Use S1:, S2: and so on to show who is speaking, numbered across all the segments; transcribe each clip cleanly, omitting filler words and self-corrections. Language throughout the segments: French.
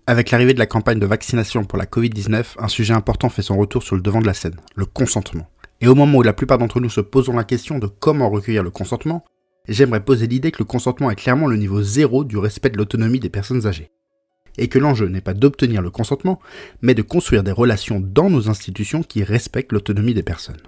S1: Avec l'arrivée de la campagne de vaccination pour la Covid-19, un sujet important fait son retour sur le devant de la scène, le consentement. Et au moment où la plupart d'entre nous se posons la question de comment recueillir le consentement, j'aimerais poser l'idée que le consentement est clairement le niveau zéro du respect de l'autonomie des personnes âgées. Et que l'enjeu n'est pas d'obtenir le consentement, mais de construire des relations dans nos institutions qui respectent l'autonomie des personnes.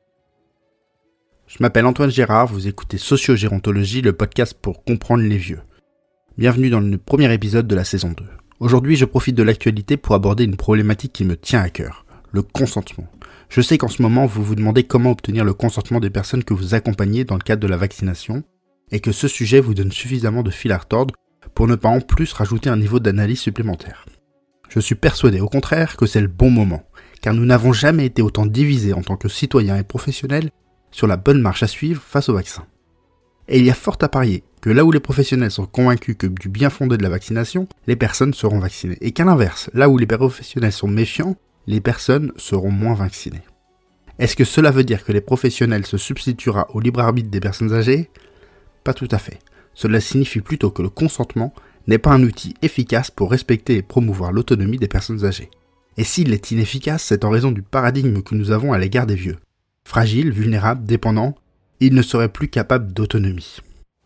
S1: Je m'appelle Antoine Gérard, vous écoutez Sociogérontologie, le podcast pour comprendre les vieux. Bienvenue dans le premier épisode de la saison 2. Aujourd'hui, je profite de l'actualité pour aborder une problématique qui me tient à cœur, le consentement. Je sais qu'en ce moment, vous vous demandez comment obtenir le consentement des personnes que vous accompagnez dans le cadre de la vaccination, et que ce sujet vous donne suffisamment de fil à retordre pour ne pas en plus rajouter un niveau d'analyse supplémentaire. Je suis persuadé au contraire que c'est le bon moment, car nous n'avons jamais été autant divisés en tant que citoyens et professionnels sur la bonne marche à suivre face au vaccin. Et il y a fort à parier que là où les professionnels sont convaincus que du bien fondé de la vaccination, les personnes seront vaccinées. Et qu'à l'inverse, là où les professionnels sont méfiants, les personnes seront moins vaccinées. Est-ce que cela veut dire que les professionnels se substituera au libre arbitre des personnes âgées ? Pas tout à fait. Cela signifie plutôt que le consentement n'est pas un outil efficace pour respecter et promouvoir l'autonomie des personnes âgées. Et s'il est inefficace, c'est en raison du paradigme que nous avons à l'égard des vieux. Fragiles, vulnérables, dépendants, ils ne seraient plus capables d'autonomie.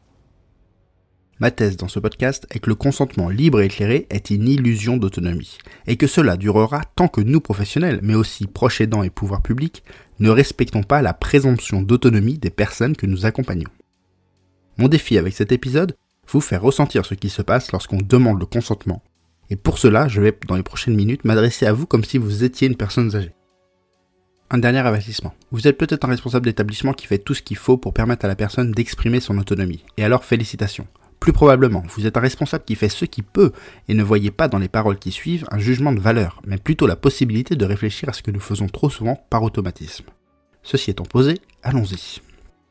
S1: Ma thèse dans ce podcast est que le consentement libre et éclairé est une illusion d'autonomie, et que cela durera tant que nous professionnels, mais aussi proches aidants et pouvoirs publics, ne respectons pas la présomption d'autonomie des personnes que nous accompagnons. Mon défi avec cet épisode, vous faire ressentir ce qui se passe lorsqu'on demande le consentement, et pour cela, je vais dans les prochaines minutes m'adresser à vous comme si vous étiez une personne âgée. Un dernier avertissement. Vous êtes peut-être un responsable d'établissement qui fait tout ce qu'il faut pour permettre à la personne d'exprimer son autonomie. Et alors félicitations. Plus probablement, vous êtes un responsable qui fait ce qu'il peut et ne voyez pas dans les paroles qui suivent un jugement de valeur, mais plutôt la possibilité de réfléchir à ce que nous faisons trop souvent par automatisme. Ceci étant posé, allons-y.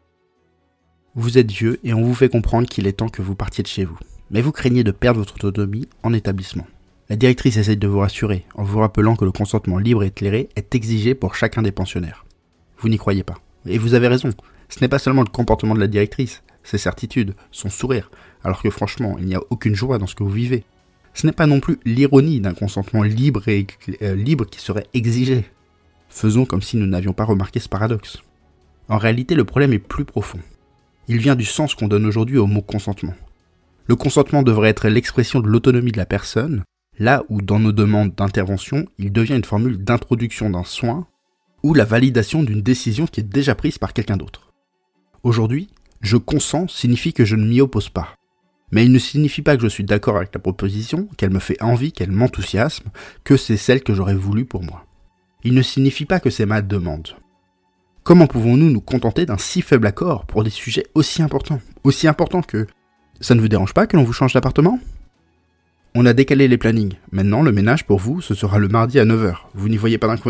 S1: Vous êtes vieux et on vous fait comprendre qu'il est temps que vous partiez de chez vous. Mais vous craignez de perdre votre autonomie en établissement. La directrice essaye de vous rassurer en vous rappelant que le consentement libre et éclairé est exigé pour chacun des pensionnaires. Vous n'y croyez pas. Et vous avez raison, ce n'est pas seulement le comportement de la directrice, ses certitudes, son sourire, alors que franchement, il n'y a aucune joie dans ce que vous vivez. Ce n'est pas non plus l'ironie d'un consentement libre qui serait exigé. Faisons comme si nous n'avions pas remarqué ce paradoxe. En réalité, le problème est plus profond. Il vient du sens qu'on donne aujourd'hui au mot consentement. Le consentement devrait être l'expression de l'autonomie de la personne, là où dans nos demandes d'intervention, il devient une formule d'introduction d'un soin ou la validation d'une décision qui est déjà prise par quelqu'un d'autre. Aujourd'hui, je consens signifie que je ne m'y oppose pas. Mais il ne signifie pas que je suis d'accord avec la proposition, qu'elle me fait envie, qu'elle m'enthousiasme, que c'est celle que j'aurais voulu pour moi. Il ne signifie pas que c'est ma demande. Comment pouvons-nous nous contenter d'un si faible accord pour des sujets aussi importants ? Aussi importants que « ça ne vous dérange pas que l'on vous change d'appartement ?» On a décalé les plannings. Maintenant, le ménage pour vous, ce sera le mardi à 9h. Vous n'y voyez pas d'inconvénient ?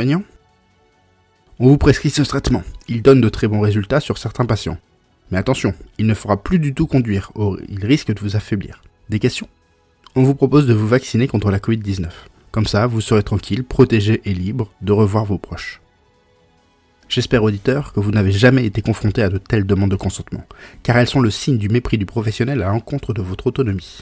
S1: On vous prescrit ce traitement. Il donne de très bons résultats sur certains patients. Mais attention, il ne fera plus du tout conduire, or il risque de vous affaiblir. Des questions ? On vous propose de vous vacciner contre la Covid-19. Comme ça, vous serez tranquille, protégé et libre de revoir vos proches. J'espère, auditeurs, que vous n'avez jamais été confronté à de telles demandes de consentement, car elles sont le signe du mépris du professionnel à l'encontre de votre autonomie.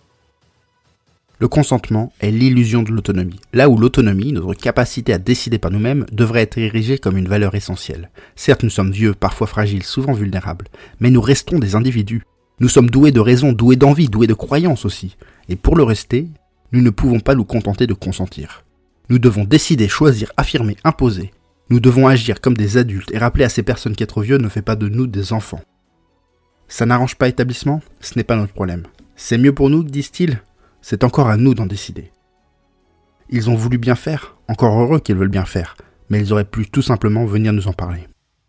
S1: Le consentement est l'illusion de l'autonomie, là où l'autonomie, notre capacité à décider par nous-mêmes, devrait être érigée comme une valeur essentielle. Certes, nous sommes vieux, parfois fragiles, souvent vulnérables, mais nous restons des individus. Nous sommes doués de raison, doués d'envie, doués de croyance aussi. Et pour le rester, nous ne pouvons pas nous contenter de consentir. Nous devons décider, choisir, affirmer, imposer. Nous devons agir comme des adultes et rappeler à ces personnes qu'être vieux ne fait pas de nous des enfants. Ça n'arrange pas l'établissement ? Ce n'est pas notre problème. C'est mieux pour nous, disent-ils ? C'est encore à nous d'en décider. Ils ont voulu bien faire, encore heureux qu'ils veulent bien faire, mais ils auraient pu tout simplement venir nous en parler.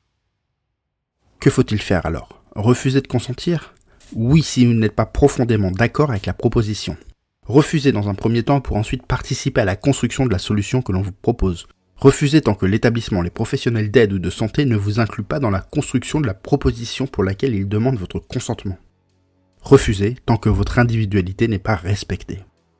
S1: Que faut-il faire alors ? Refuser de consentir ? Oui, si vous n'êtes pas profondément d'accord avec la proposition. Refusez dans un premier temps pour ensuite participer à la construction de la solution que l'on vous propose. Refusez tant que l'établissement, les professionnels d'aide ou de santé ne vous incluent pas dans la construction de la proposition pour laquelle ils demandent votre consentement. Refusez tant que votre individualité n'est pas respectée.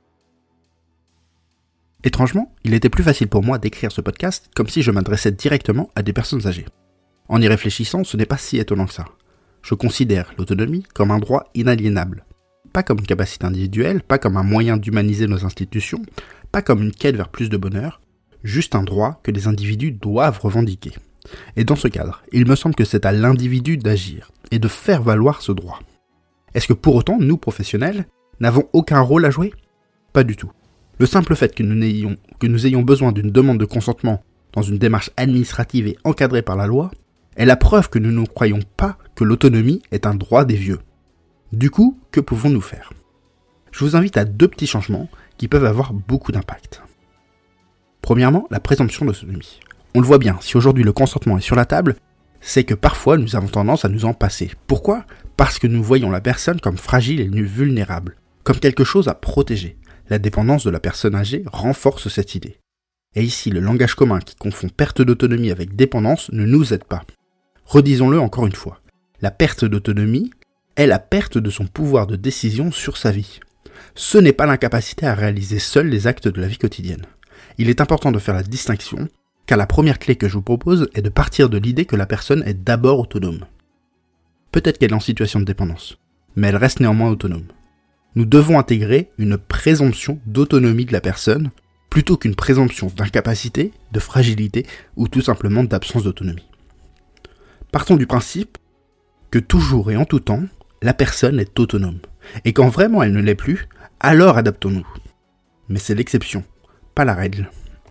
S1: Étrangement, il était plus facile pour moi d'écrire ce podcast comme si je m'adressais directement à des personnes âgées. En y réfléchissant, ce n'est pas si étonnant que ça. Je considère l'autonomie comme un droit inaliénable. pas comme une capacité individuelle, pas comme un moyen d'humaniser nos institutions, pas comme une quête vers plus de bonheur, juste un droit que les individus doivent revendiquer. Et dans ce cadre, il me semble que c'est à l'individu d'agir et de faire valoir ce droit. Est-ce que pour autant, nous, professionnels, n'avons aucun rôle à jouer ? Pas du tout. Le simple fait que nous ayons besoin d'une demande de consentement dans une démarche administrative et encadrée par la loi est la preuve que nous ne croyons pas que l'autonomie est un droit des vieux. Du coup, que pouvons-nous faire ? Je vous invite à 2 petits changements qui peuvent avoir beaucoup d'impact. Premièrement, la présomption d'autonomie. On le voit bien, si aujourd'hui le consentement est sur la table, c'est que parfois nous avons tendance à nous en passer. Pourquoi ? Parce que nous voyons la personne comme fragile et vulnérable, comme quelque chose à protéger. La dépendance de la personne âgée renforce cette idée. Et ici, le langage commun qui confond perte d'autonomie avec dépendance ne nous aide pas. Redisons-le encore une fois. La perte d'autonomie est la perte de son pouvoir de décision sur sa vie. Ce n'est pas l'incapacité à réaliser seul les actes de la vie quotidienne. Il est important de faire la distinction, car la première clé que je vous propose est de partir de l'idée que la personne est d'abord autonome. Peut-être qu'elle est en situation de dépendance, mais elle reste néanmoins autonome. Nous devons intégrer une présomption d'autonomie de la personne, plutôt qu'une présomption d'incapacité, de fragilité ou tout simplement d'absence d'autonomie. Partons du principe que toujours et en tout temps, la personne est autonome, et quand vraiment elle ne l'est plus, alors adaptons-nous. Mais c'est l'exception, pas la règle.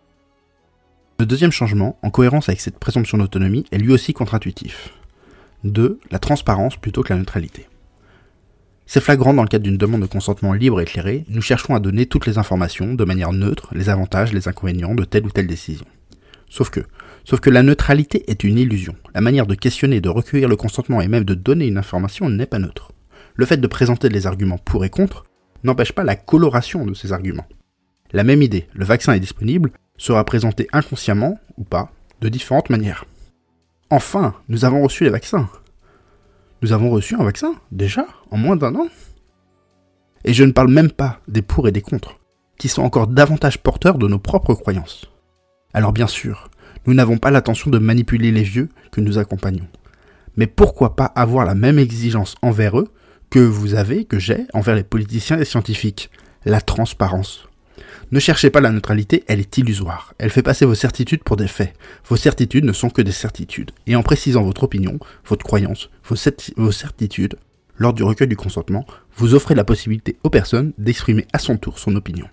S1: Le deuxième changement, en cohérence avec cette présomption d'autonomie, est lui aussi contre-intuitif. 2. La transparence plutôt que la neutralité. C'est flagrant dans le cadre d'une demande de consentement libre et éclairée, nous cherchons à donner toutes les informations, de manière neutre, les avantages, les inconvénients de telle ou telle décision. Sauf que la neutralité est une illusion. La manière de questionner, de recueillir le consentement et même de donner une information n'est pas neutre. Le fait de présenter les arguments pour et contre n'empêche pas la coloration de ces arguments. La même idée, le vaccin est disponible, sera présenté inconsciemment, ou pas, de différentes manières. Enfin, nous avons reçu les vaccins. Nous avons reçu un vaccin, déjà, en moins d'1 an. Et je ne parle même pas des pour et des contre, qui sont encore davantage porteurs de nos propres croyances. Alors bien sûr, nous n'avons pas l'intention de manipuler les vieux que nous accompagnons. Mais pourquoi pas avoir la même exigence envers eux que j'ai envers les politiciens et scientifiques ? La transparence. Ne cherchez pas la neutralité, elle est illusoire. Elle fait passer vos certitudes pour des faits. Vos certitudes ne sont que des certitudes. Et en précisant votre opinion, votre croyance, vos certitudes, lors du recueil du consentement, vous offrez la possibilité aux personnes d'exprimer à son tour son opinion.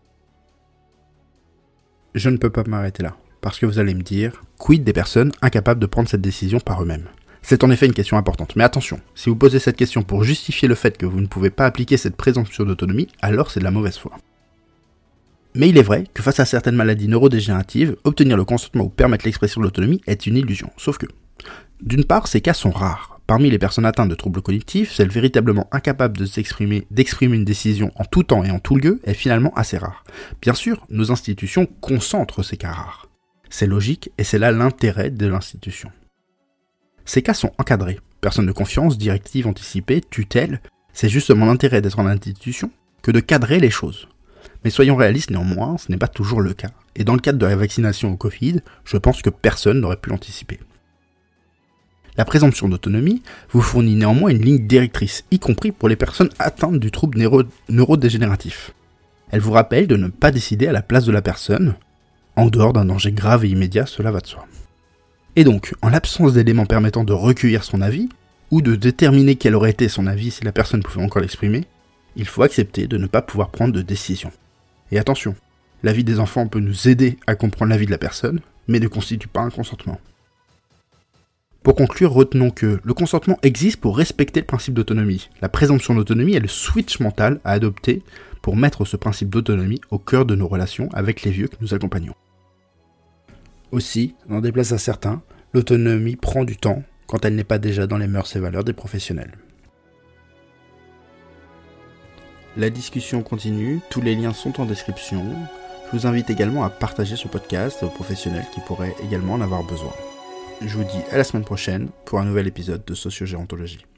S1: Je ne peux pas m'arrêter là, parce que vous allez me dire, quid des personnes incapables de prendre cette décision par eux-mêmes ? C'est en effet une question importante, mais attention, si vous posez cette question pour justifier le fait que vous ne pouvez pas appliquer cette présomption d'autonomie, alors c'est de la mauvaise foi. Mais il est vrai que face à certaines maladies neurodégénératives, obtenir le consentement ou permettre l'expression de l'autonomie est une illusion. Sauf que, d'une part, ces cas sont rares. Parmi les personnes atteintes de troubles cognitifs, celle véritablement incapable d'exprimer une décision en tout temps et en tout lieu est finalement assez rare. Bien sûr, nos institutions concentrent ces cas rares. C'est logique et c'est là l'intérêt de l'institution. Ces cas sont encadrés. Personne de confiance, directive anticipée, tutelle, c'est justement l'intérêt d'être en institution que de cadrer les choses. Mais soyons réalistes néanmoins, ce n'est pas toujours le cas. Et dans le cadre de la vaccination au Covid, je pense que personne n'aurait pu l'anticiper. La présomption d'autonomie vous fournit néanmoins une ligne directrice, y compris pour les personnes atteintes du trouble neurodégénératif. Elle vous rappelle de ne pas décider à la place de la personne, en dehors d'un danger grave et immédiat, cela va de soi. Et donc, en l'absence d'éléments permettant de recueillir son avis, ou de déterminer quel aurait été son avis si la personne pouvait encore l'exprimer, il faut accepter de ne pas pouvoir prendre de décision. Et attention, l'avis des enfants peut nous aider à comprendre l'avis de la personne, mais ne constitue pas un consentement. Pour conclure, retenons que le consentement existe pour respecter le principe d'autonomie. La présomption d'autonomie est le switch mental à adopter pour mettre ce principe d'autonomie au cœur de nos relations avec les vieux que nous accompagnons. Aussi, n'en déplaise à certains, l'autonomie prend du temps quand elle n'est pas déjà dans les mœurs et valeurs des professionnels. La discussion continue, tous les liens sont en description. Je vous invite également à partager ce podcast aux professionnels qui pourraient également en avoir besoin. Je vous dis à la semaine prochaine pour un nouvel épisode de Sociogérontologie.